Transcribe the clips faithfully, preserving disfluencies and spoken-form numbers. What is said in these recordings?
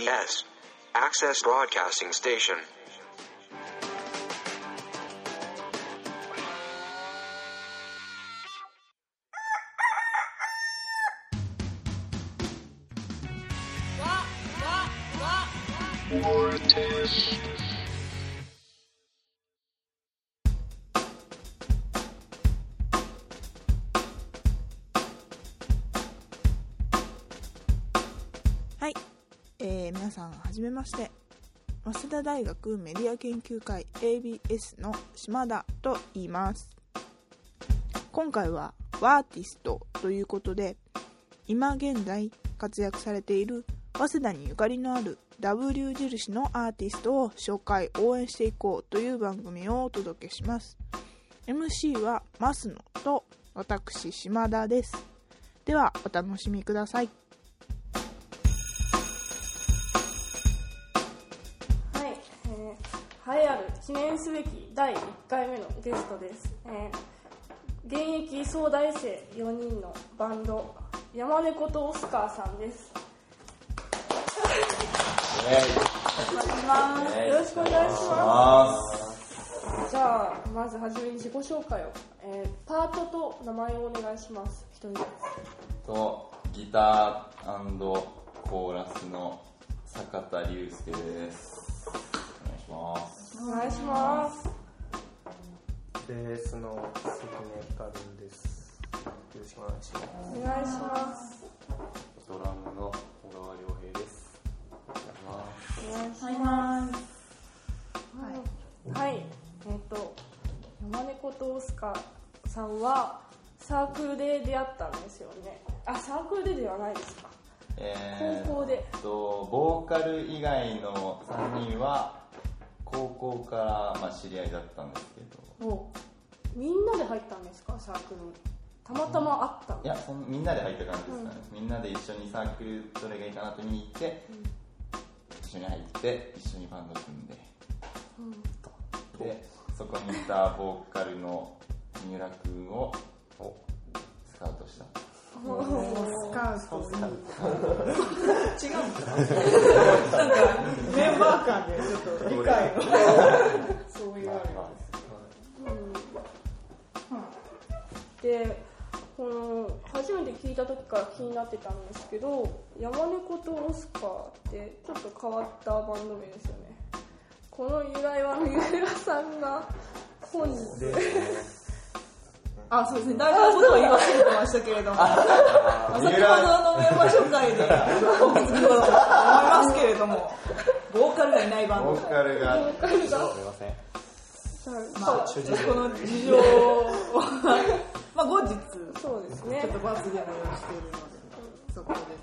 ーエス Access Broadcasting Station。 はい、えー、皆さんはじめまして。早稲田大学メディア研究会 エービーエス の島田と言います。今回はワーティストということで、今現在活躍されている早稲田にゆかりのある ダブリュー 印のアーティストを紹介応援していこうという番組をお届けします。 エムシー は増野と私島田です。ではお楽しみください。 栄えある記念すべきだいいっかいめのゲストです、えー、現役総大生よにんのバンド山猫とオスカーさんです。よろしくお願いします。じゃあまずはじめに自己紹介を、えー、パートと名前をお願いします。一人ですとギター&コーラスの坂田龍介です。 お願いします。 ベースの関根かるんです。よろしくお願いします。 お願いします。 ドラムの小川良平です。 お願いします。はい、はい、えっと山猫とオスカーさんはサークルで出会ったんですよね。あ、サークルでではないですか。 えー、 高校で。 とボーカル以外のさんにんは高校からまあ知り合いだったんですけど。 お、みんなで入ったんですか、サークル。たまたまあったの？ いや、そのみんなで入った感じですかね、うん、みんなで一緒にサークルどれがいいかなと見に行って、うん、一緒に入って一緒にバンド組んで、うん、でそこにいたボーカルの三浦君をスカウトした。 スカウト違うんだなんかメンバー間でちょっと理解をそういうあれなんです、 うん、でこの初めて聞いた時から気になってたんですけど、山猫とオスカーってちょっと変わったバンド名ですよね。この由来は三浦さんが本日あ、そうですね、大事なことを言わせてましたけれども先ほどのメンバー紹介でお気づきだと思いますけれども、ボーカルがいないバンド、 ボーカルがボーカルがすみません。 まあ、この事情をまあ後日そうですね、 ちょっと罰ゲームをしているので、そこでね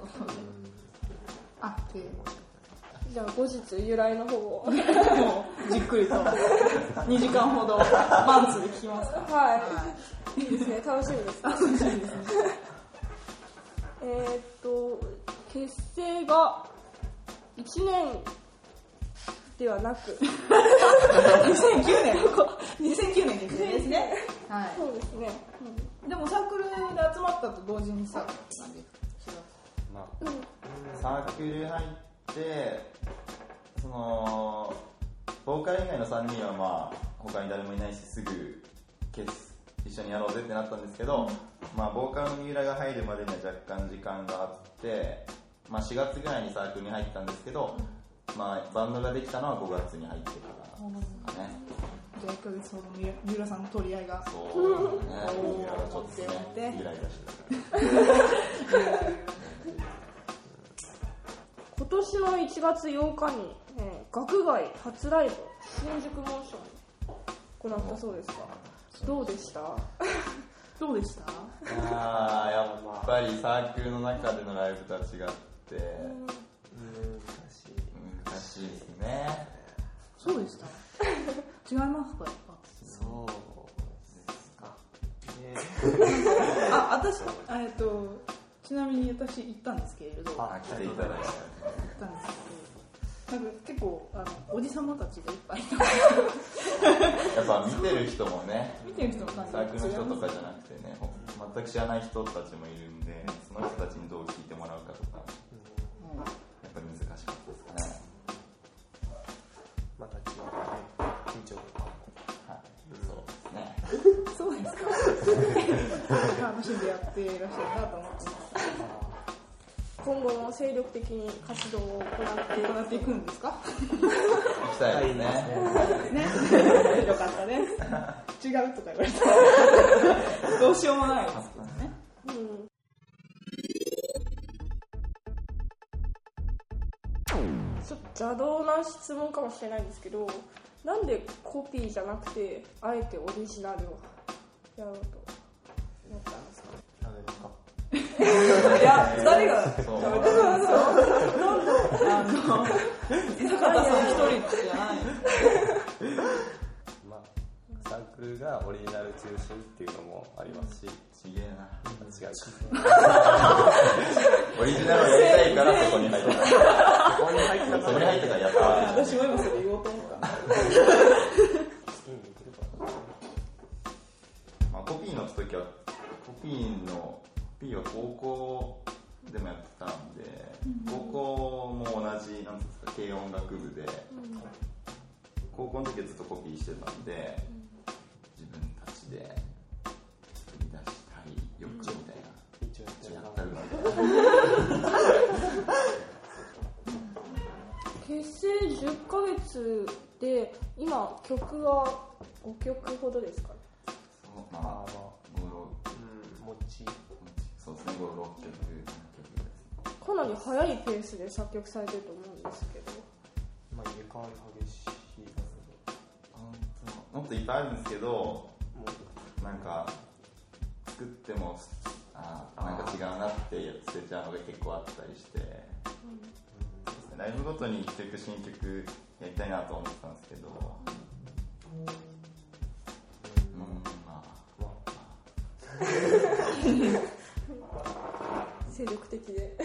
あ、でじゃあ後日由来の方をじっくりとにじかんほどマンツで聞きますか。 はい、はい、いいですね、楽しみですね楽しみですねえーっと結成がいちねんではなくにせんきゅうねんにせんきゅうねん結成ですね。はい、 そうですね、 うん、でもサークルで集まったと同時にさ、 まあうん、サークル入ってそのボーカル以外のさんにんはまあ他に誰もいないしすぐ消す一緒にやろうぜってなったんですけど、うん、まあボーカルの三浦が入るまでには若干時間があって、まあ、しがつぐらいにサークルに入ったんですけど、うん、まあバンドができたのはごがつに入ってからですかね。 じゃあいっかげつほど三浦さんの取り合いがそうね、三浦がちょっとねイライラしてたから今年のいちがつようかに、えー、学外初ライブ新宿モーション行ったそうですが、どうでしたどうでしたあー、やっぱりサークルの中でのライブとは違って難しい難しいですね。 そうでした違いますか、やっぱそうですか、 あ、私、えっとちなみに私行ったんですけれど、 あ、来ていただいた行ったんですけど、なんか結構あのおじさまたちがいっぱいいたやっぱ見てる人もね、 見てる人もサークルの人とかじゃなくてね、全く知らない人たちもいるんで、その人たちにどう聞いてもらうかとか、うん、やっぱり難しかっかったですかね。 また違って緊張はい、そうですね。 そうですか。楽しんでやっていらっしゃるなと思ってます。 今後も精力的に活動を行って行っていくんですか？ 行きたいですね。 ね、よかったです。違うとか言われたらどうしようもないですね。 うん。ちょっと邪道な質問かもしれないんですけど、なんでコピーじゃなくてあえてオリジナルをやろうと思ったんですか？ なぜですか？ いや、ふたりがそう食べてるんですよ。あの、坂田さん一人じゃない。 まあ、サークルがオリジナル中心っていうのもありますし、 ちげえな。 違うか。 オリジナルをやりたいからそこに入った。 ここに入ったそこに入ったからやった。 私も今それ言おうと思った。 まあ、コピーの時は、コピーの、コピーは高校でもやってたんで、高校も同じ、なんていうんですか、軽音楽部で、高校の時はずっとコピーしてたんで、自分たちで作り出したい欲みたいな、 一応やってるやったるみたいな。 結成じゅっかげつで今曲はごきょくほどですかね。 そう、まあ、まあ、ご、ろく、 うん、もち。 そうですね、ご、ろっきょく、ななきょくです。 かなり速いペースで作曲されてると思うんですけど、 まあ、入れ替わり激しいもっといっぱいあるんですけど、 もなんか作ってもあなんか違うなって捨てちゃうのが結構あったりして、うん、ライブごとにいっきょく新曲やりたいなと思ってたんですけど、うん、まあ、まあ、 精力的で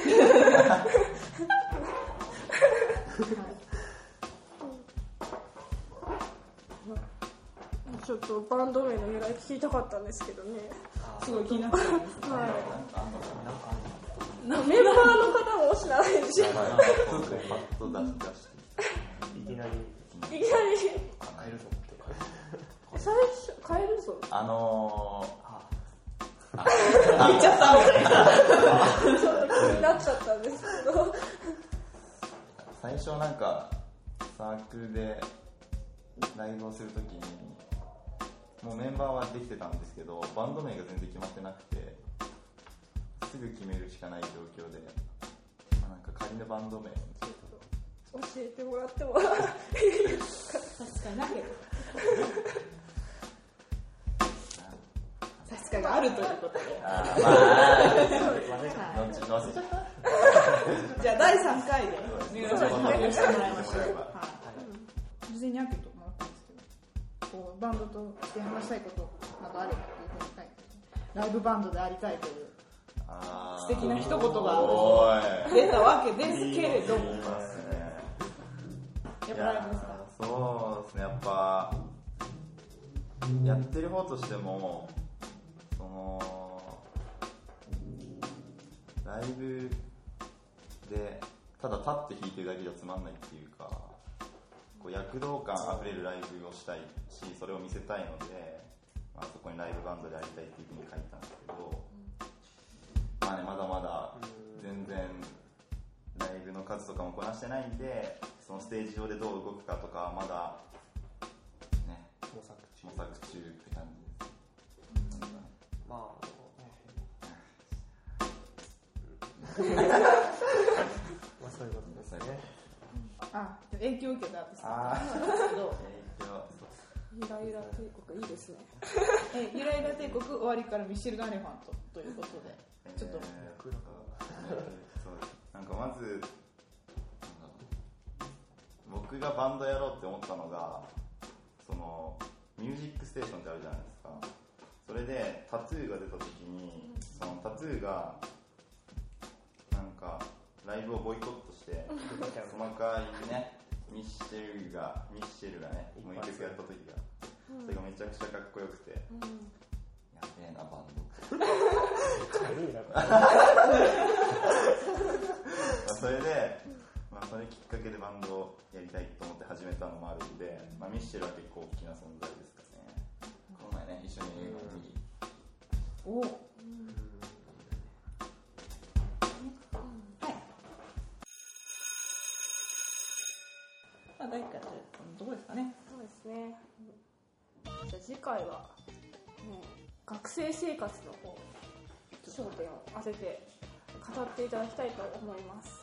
ちょっとバンド名の由来聞きたかったんですけどね。 すごい気になってるんです。 はい。メンバーの方も知らないでしょ。 はい、そうですね、パッと出し出して。 いきなり、 いきなり、 変えるぞって最初、変えるぞ。 あのー、あ、 言っちゃったみたいな。 ちょっと気になっちゃったんですけど。 最初なんか、サークルでライブをするときに、もうメンバーはできてたんですけど、バンド名が全然決まってなくて、すぐ決めるしかない状況で、まあ、なんか仮のバンド名を教えてもらっても確かになけど確かにあるということで、 あーまあ後々忘れちゃったじゃあだいさんかいで三浦さんに発表してもらいましょう。はい、事前にアンケートもらったんですけど、こうバンドとして話したいことなどあればっていうふうに書いて、ライブバンドでありたいという素敵な一言が出たわけですけれども、やっぱライブですか？ そうですね、やっぱやってる方としても、そのライブでただ立って弾いてるだけじゃつまんないっていうか、こう躍動感あふれるライブをしたいし、それを見せたいので、まあ、そこにライブバンドでやりたいっていうふうに書いたんですけど、まあね、まだまだ全然ライブの数とかもこなしてないんで、そのステージ上でどう動くかとかまだね、 模索中模索中って感じです。 まあまあそういうことですね。 あ、影響を受けたアーティストあなんですけど、 ゆらゆら帝国いいですね。 えゆらゆら帝国終わりからミッシェルガン・エレファントということで、ちょっと、 えー、そうなんかまず僕がバンドやろうって思ったのが、そのミュージックステーションってあるじゃないですか。それでタトゥーが出た時に、そのタトゥーがなんかライブをボイコットして、その代わりにね、ミッシェルがミッシェルがね、もう一曲やった時が、それがめちゃくちゃかっこよくて、うん、やべえなバンドそれで、まあ、 それきっかけでバンドをやりたいと思って始めたのもあるんで、まあ、ミッシェルは結構大きな存在ですかね。この前ね、一緒に映画を見におお、まあ、第一回はこのところですかね。 そうですね。じゃあ次回は、ね、学生生活の方焦点を当てて語っていただきたいと思います。